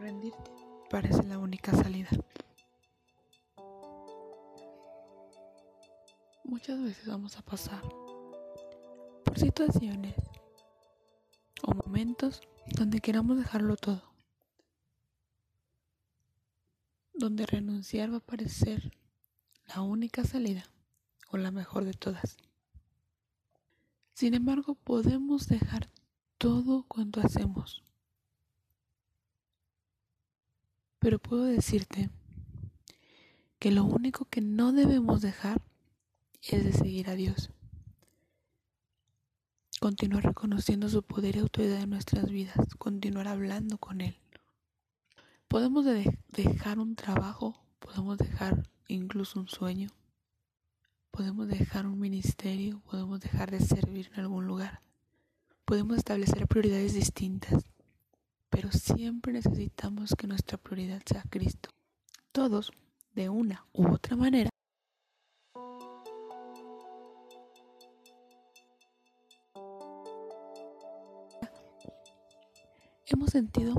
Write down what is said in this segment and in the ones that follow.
rendirte parece la única salida. Muchas veces vamos a pasar por situaciones o momentos donde queramos dejarlo todo, donde renunciar va a parecer la única salida o la mejor de todas. Sin embargo, podemos dejar todo cuanto hacemos. Pero puedo decirte que lo único que no debemos dejar es de seguir a Dios. Continuar reconociendo su poder y autoridad en nuestras vidas, continuar hablando con Él. Podemos dejar un trabajo, podemos dejar incluso un sueño, podemos dejar un ministerio, podemos dejar de servir en algún lugar, podemos establecer prioridades distintas, pero siempre necesitamos que nuestra prioridad sea Cristo. Todos, de una u otra manera, hemos sentido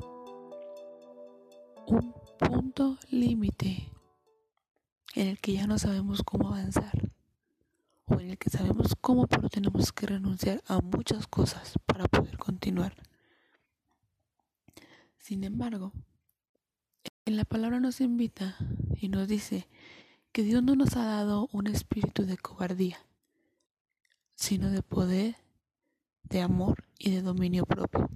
un punto límite en el que ya no sabemos cómo avanzar o en el que sabemos cómo, pero tenemos que renunciar a muchas cosas para poder continuar. Sin embargo, en la palabra nos invita y nos dice que Dios no nos ha dado un espíritu de cobardía, sino de poder, de amor y de dominio propio.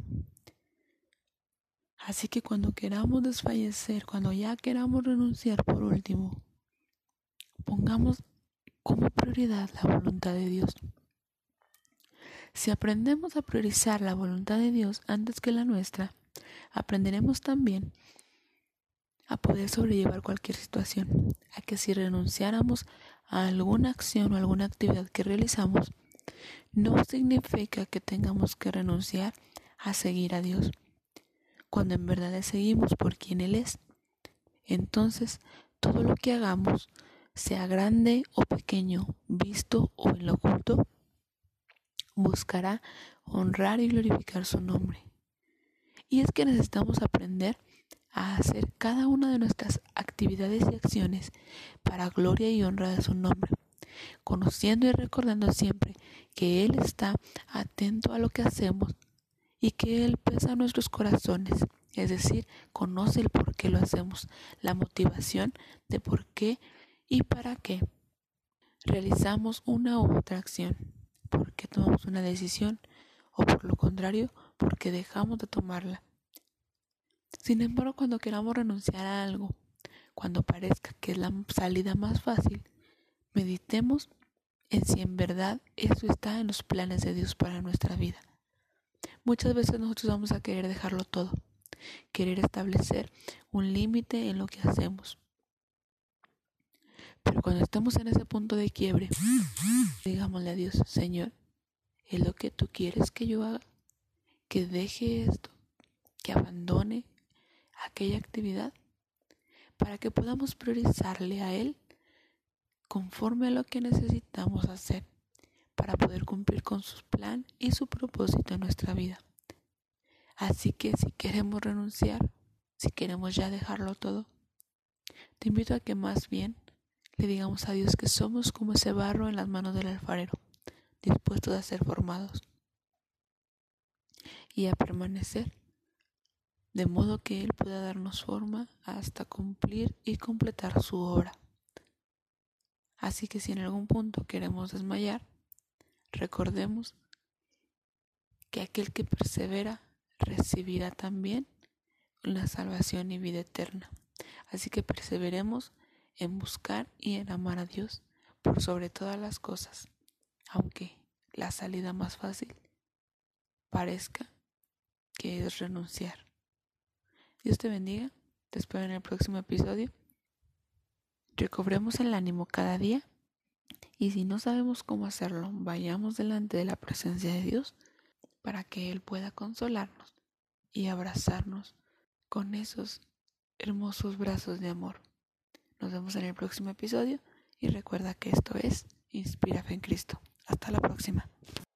Así que cuando queramos desfallecer, cuando ya queramos renunciar por último, pongamos como prioridad la voluntad de Dios. Si aprendemos a priorizar la voluntad de Dios antes que la nuestra, aprenderemos también a poder sobrellevar cualquier situación, a que si renunciáramos a alguna acción o alguna actividad que realizamos, no significa que tengamos que renunciar a seguir a Dios. Cuando en verdad le seguimos por quien Él es, entonces todo lo que hagamos, sea grande o pequeño, visto o en lo oculto, buscará honrar y glorificar su nombre. Y es que necesitamos aprender a hacer cada una de nuestras actividades y acciones para gloria y honra de su nombre, conociendo y recordando siempre que Él está atento a lo que hacemos y que Él pesa nuestros corazones, es decir, conoce el por qué lo hacemos, la motivación de por qué y para qué realizamos una u otra acción, por qué tomamos una decisión o por lo contrario, por qué dejamos de tomarla. Sin embargo, cuando queramos renunciar a algo, cuando parezca que es la salida más fácil, meditemos en si en verdad eso está en los planes de Dios para nuestra vida. Muchas veces nosotros vamos a querer dejarlo todo, querer establecer un límite en lo que hacemos. Pero cuando estemos en ese punto de quiebre, digámosle a Dios, Señor, ¿es lo que tú quieres que yo haga? Que deje esto, que abandone aquella actividad, para que podamos priorizarle a Él conforme a lo que necesitamos hacer para poder cumplir con su plan y su propósito en nuestra vida. Así que si queremos renunciar, si queremos ya dejarlo todo, te invito a que más bien le digamos a Dios que somos como ese barro en las manos del alfarero, dispuestos a ser formados y a permanecer, de modo que Él pueda darnos forma hasta cumplir y completar su obra. Así que si en algún punto queremos desmayar, recordemos que aquel que persevera recibirá también la salvación y vida eterna. Así que perseveremos en buscar y en amar a Dios por sobre todas las cosas, aunque la salida más fácil parezca que es renunciar. Dios te bendiga, te espero en el próximo episodio. Recobremos el ánimo cada día y si no sabemos cómo hacerlo, vayamos delante de la presencia de Dios para que Él pueda consolarnos y abrazarnos con esos hermosos brazos de amor. Nos vemos en el próximo episodio y recuerda que esto es Inspira Fe en Cristo. Hasta la próxima.